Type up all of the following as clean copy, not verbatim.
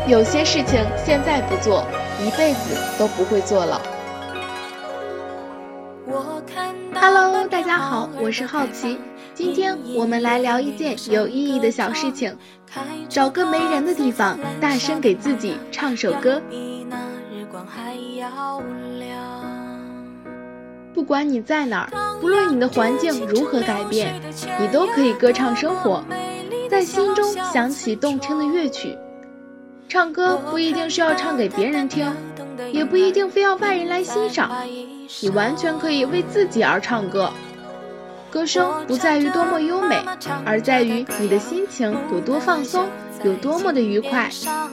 有些事情现在不做，一辈子都不会做了。Hello， 大家好，我是好奇。今天我们来聊一件有意义的小事情，找个没人的地方，大声给自己唱首歌。不管你在哪儿，不论你的环境如何改变，你都可以歌唱生活，在心中响起动听的乐曲。唱歌不一定是要唱给别人听，也不一定非要外人来欣赏，你完全可以为自己而唱歌。歌声不在于多么优美，而在于你的心情有多放松，有多么的愉快。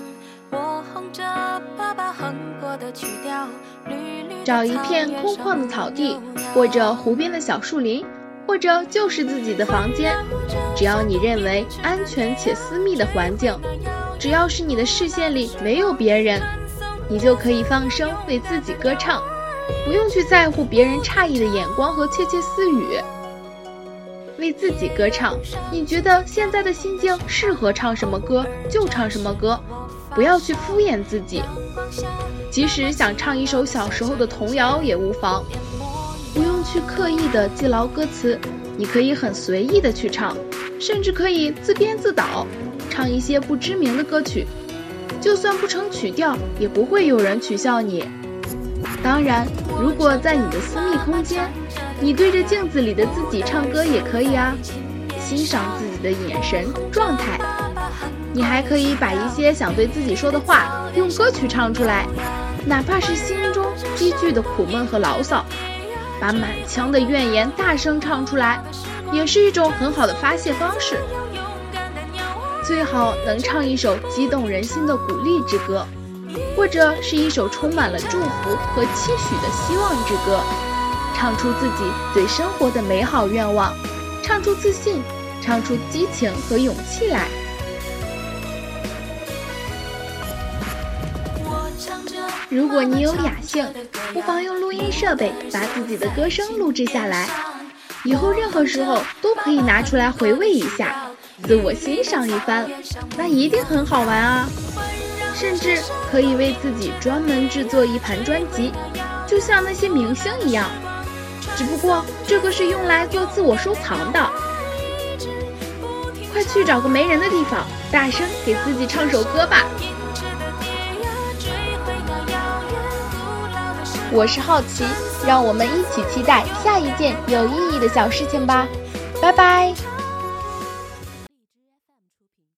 找一片空旷的草地，或者湖边的小树林，或者就是自己的房间，只要你认为安全且私密的环境，只要是你的视线里没有别人，你就可以放声为自己歌唱，不用去在乎别人诧异的眼光和窃窃私语。为自己歌唱，你觉得现在的心境适合唱什么歌就唱什么歌，不要去敷衍自己。即使想唱一首小时候的童谣也无妨，不用去刻意的记牢歌词，你可以很随意的去唱，甚至可以自编自导，唱一些不知名的歌曲，就算不成曲调，也不会有人取笑你。当然，如果在你的私密空间，你对着镜子里的自己唱歌也可以啊，欣赏自己的眼神状态。你还可以把一些想对自己说的话用歌曲唱出来，哪怕是心中积聚的苦闷和牢骚，把满腔的怨言大声唱出来，也是一种很好的发泄方式。最好能唱一首激动人心的鼓励之歌，或者是一首充满了祝福和期许的希望之歌，唱出自己对生活的美好愿望，唱出自信，唱出激情和勇气来。如果你有雅兴，不妨用录音设备把自己的歌声录制下来，以后任何时候都可以拿出来回味一下，自我欣赏一番，那一定很好玩啊！甚至可以为自己专门制作一盘专辑，就像那些明星一样，只不过这个是用来做自我收藏的。快去找个没人的地方，大声给自己唱首歌吧。我是好奇，让我们一起期待下一件有意义的小事情吧，拜拜。